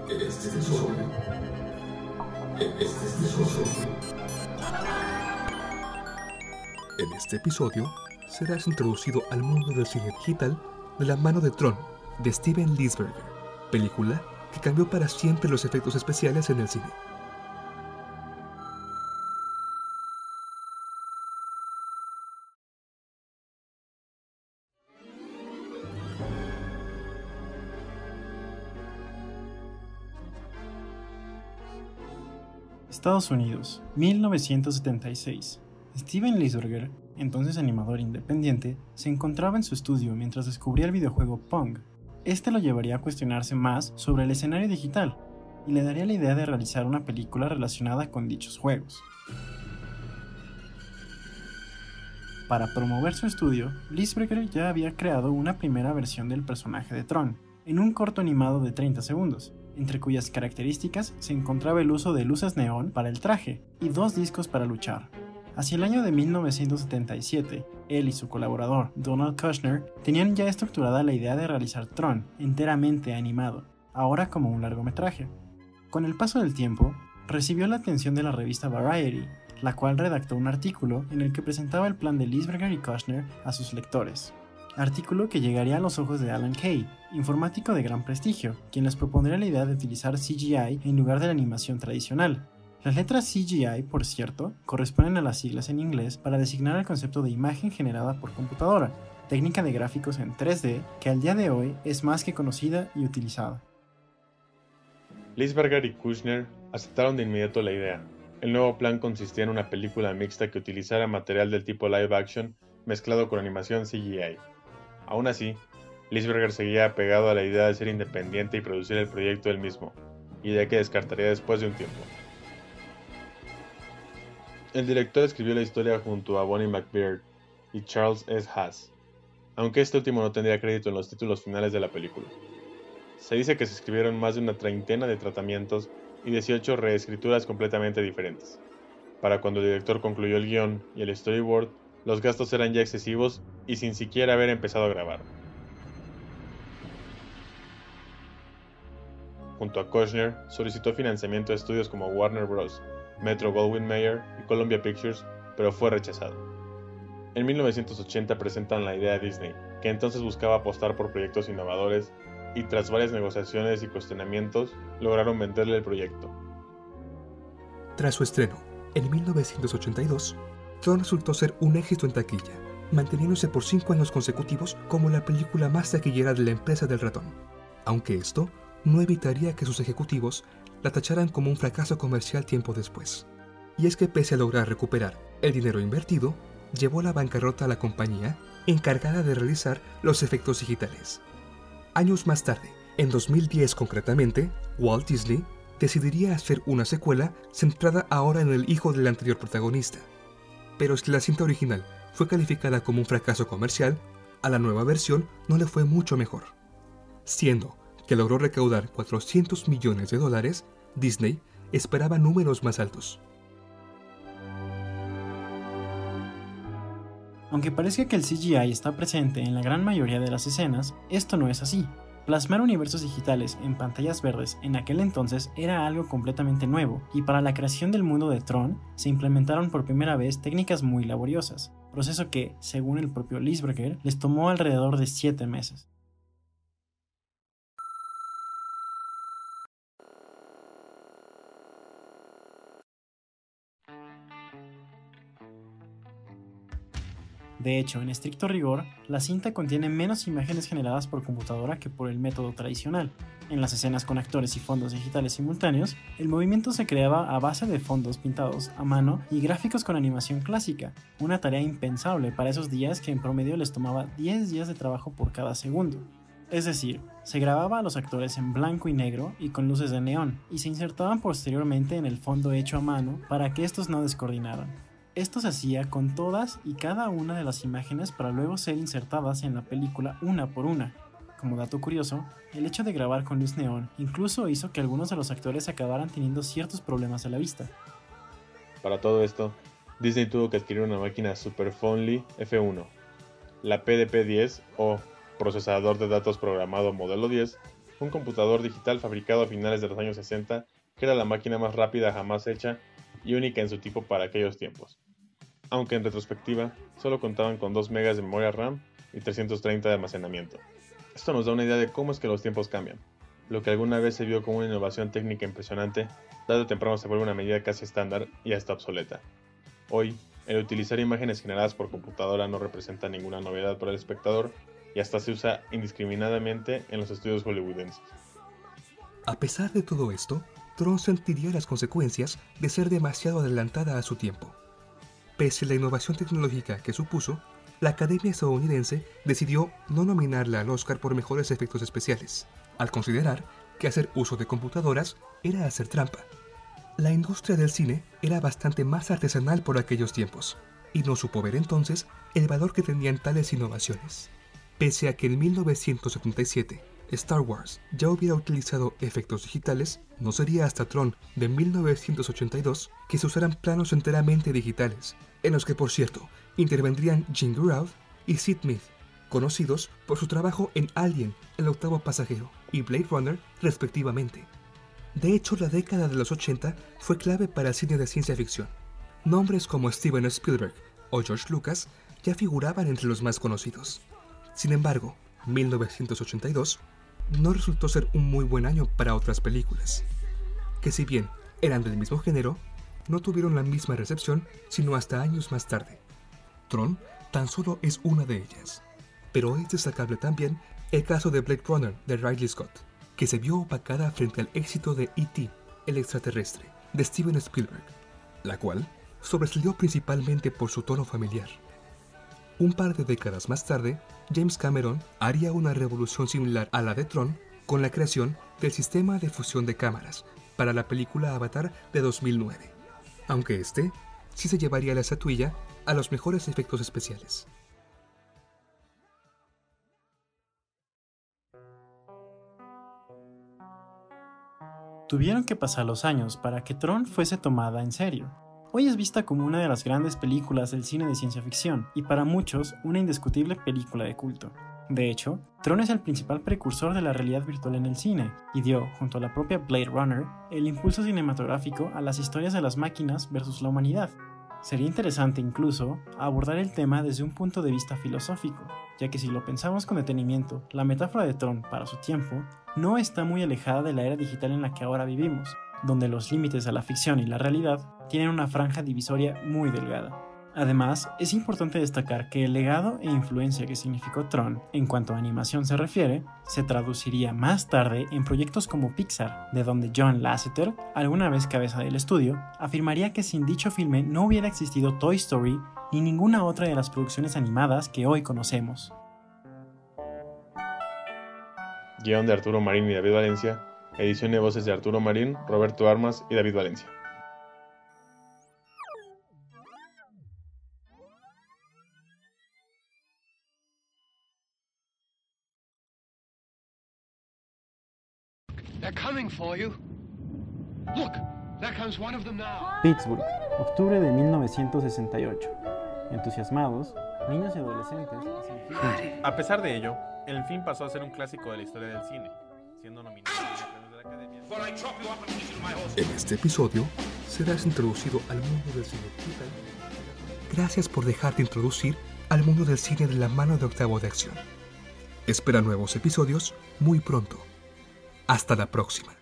Este episodio. En este episodio serás introducido al mundo del cine digital de la mano de Tron, de Steven Lisberger, película que cambió para siempre los efectos especiales en el cine. Estados Unidos, 1976. Steven Lisberger, entonces animador independiente, se encontraba en su estudio mientras descubría el videojuego Pong. Este lo llevaría a cuestionarse más sobre el escenario digital y le daría la idea de realizar una película relacionada con dichos juegos. Para promover su estudio, Lisberger ya había creado una primera versión del personaje de Tron, en un corto animado de 30 segundos, entre cuyas características se encontraba el uso de luces neón para el traje y 2 discos para luchar. Hacia el año de 1977, él y su colaborador, Donald Kushner, tenían ya estructurada la idea de realizar Tron enteramente animado, ahora como un largometraje. Con el paso del tiempo, recibió la atención de la revista Variety, la cual redactó un artículo en el que presentaba el plan de Lisberger y Kushner a sus lectores. Artículo que llegaría a los ojos de Alan Kay, informático de gran prestigio, quien les propondría la idea de utilizar CGI en lugar de la animación tradicional. Las letras CGI, por cierto, corresponden a las siglas en inglés para designar el concepto de imagen generada por computadora, técnica de gráficos en 3D que al día de hoy es más que conocida y utilizada. Lisberger y Kushner aceptaron de inmediato la idea. El nuevo plan consistía en una película mixta que utilizara material del tipo live action mezclado con animación CGI. Aún así, Lisberger seguía apegado a la idea de ser independiente y producir el proyecto él mismo, idea que descartaría después de un tiempo. El director escribió la historia junto a Bonnie McBeard y Charles S. Haas, aunque este último no tendría crédito en los títulos finales de la película. Se dice que se escribieron más de una treintena de tratamientos y 18 reescrituras completamente diferentes. Para cuando el director concluyó el guión y el storyboard, los gastos eran ya excesivos y sin siquiera haber empezado a grabar. Junto a Kushner, solicitó financiamiento a estudios como Warner Bros., Metro-Goldwyn-Mayer y Columbia Pictures, pero fue rechazado. En 1980 presentan la idea a Disney, que entonces buscaba apostar por proyectos innovadores, y tras varias negociaciones y cuestionamientos, lograron venderle el proyecto. Tras su estreno, en 1982, Tron resultó ser un éxito en taquilla, manteniéndose por 5 años consecutivos como la película más taquillera de la empresa del ratón, aunque esto no evitaría que sus ejecutivos la tacharan como un fracaso comercial tiempo después. Y es que pese a lograr recuperar el dinero invertido, llevó a la bancarrota a la compañía encargada de realizar los efectos digitales. Años más tarde, en 2010 concretamente, Walt Disney decidiría hacer una secuela centrada ahora en el hijo del anterior protagonista. Pero si la cinta original fue calificada como un fracaso comercial, a la nueva versión no le fue mucho mejor. Siendo que logró recaudar $400 millones, Disney esperaba números más altos. Aunque parezca que el CGI está presente en la gran mayoría de las escenas, esto no es así. Plasmar universos digitales en pantallas verdes en aquel entonces era algo completamente nuevo, y para la creación del mundo de Tron se implementaron por primera vez técnicas muy laboriosas, proceso que, según el propio Lisberger, les tomó alrededor de 7 meses. De hecho, en estricto rigor, la cinta contiene menos imágenes generadas por computadora que por el método tradicional. En las escenas con actores y fondos digitales simultáneos, el movimiento se creaba a base de fondos pintados a mano y gráficos con animación clásica, una tarea impensable para esos días que en promedio les tomaba 10 días de trabajo por cada segundo. Es decir, se grababa a los actores en blanco y negro y con luces de neón, y se insertaban posteriormente en el fondo hecho a mano para que estos no descoordinaran. Esto se hacía con todas y cada una de las imágenes para luego ser insertadas en la película una por una. Como dato curioso, el hecho de grabar con luz neón incluso hizo que algunos de los actores acabaran teniendo ciertos problemas a la vista. Para todo esto, Disney tuvo que adquirir una máquina Super Phonely F1, la PDP-10 o procesador de datos programado modelo 10, un computador digital fabricado a finales de los años 60 que era la máquina más rápida jamás hecha y única en su tipo para aquellos tiempos. Aunque en retrospectiva, solo contaban con 2 MB de memoria RAM y 330 de almacenamiento. Esto nos da una idea de cómo es que los tiempos cambian. Lo que alguna vez se vio como una innovación técnica impresionante, tarde o temprano se vuelve una medida casi estándar y hasta obsoleta. Hoy, el utilizar imágenes generadas por computadora no representa ninguna novedad para el espectador y hasta se usa indiscriminadamente en los estudios hollywoodenses. A pesar de todo esto, Tron sentiría las consecuencias de ser demasiado adelantada a su tiempo. Pese a la innovación tecnológica que supuso, la Academia estadounidense decidió no nominarla al Oscar por mejores efectos especiales, al considerar que hacer uso de computadoras era hacer trampa. La industria del cine era bastante más artesanal por aquellos tiempos, y no supo ver entonces el valor que tenían tales innovaciones. Pese a que en 1977 Star Wars ya hubiera utilizado efectos digitales, no sería hasta Tron de 1982 que se usaran planos enteramente digitales, en los que por cierto intervendrían Jim Gouraud y Sid Mead, conocidos por su trabajo en Alien, El octavo pasajero y Blade Runner respectivamente. De hecho, la década de los 80 fue clave para el cine de ciencia ficción. Nombres como Steven Spielberg o George Lucas ya figuraban entre los más conocidos. Sin embargo, 1982 no resultó ser un muy buen año para otras películas, que si bien eran del mismo género, no tuvieron la misma recepción sino hasta años más tarde. Tron tan solo es una de ellas, pero es destacable también el caso de Blade Runner de Ridley Scott, que se vio opacada frente al éxito de E.T., el extraterrestre, de Steven Spielberg, la cual sobresalió principalmente por su tono familiar. Un par de décadas más tarde, James Cameron haría una revolución similar a la de Tron con la creación del sistema de fusión de cámaras para la película Avatar de 2009, aunque este sí se llevaría la estatuilla a los mejores efectos especiales. Tuvieron que pasar los años para que Tron fuese tomada en serio. Hoy es vista como una de las grandes películas del cine de ciencia ficción y para muchos una indiscutible película de culto. De hecho, Tron es el principal precursor de la realidad virtual en el cine y dio, junto a la propia Blade Runner, el impulso cinematográfico a las historias de las máquinas versus la humanidad. Sería interesante incluso abordar el tema desde un punto de vista filosófico, ya que si lo pensamos con detenimiento, la metáfora de Tron para su tiempo no está muy alejada de la era digital en la que ahora vivimos, donde los límites a la ficción y la realidad tienen una franja divisoria muy delgada. Además, es importante destacar que el legado e influencia que significó Tron en cuanto a animación se refiere, se traduciría más tarde en proyectos como Pixar, de donde John Lasseter, alguna vez cabeza del estudio, afirmaría que sin dicho filme no hubiera existido Toy Story ni ninguna otra de las producciones animadas que hoy conocemos. Guión de Arturo Marín y David Valencia, edición y voces de Arturo Marín, Roberto Armas y David Valencia. They're coming for you. Look, there comes one of them now. Pittsburgh, octubre de 1968. Entusiasmados, niños y adolescentes hacen A pesar de ello, el film pasó a ser un clásico de la historia del cine, siendo nominado a los premios de la Academia. En este episodio serás introducido al mundo del cine digital. Gracias por dejarte introducir al mundo del cine de la mano de Octavo de Acción. Espera nuevos episodios muy pronto. Hasta la próxima.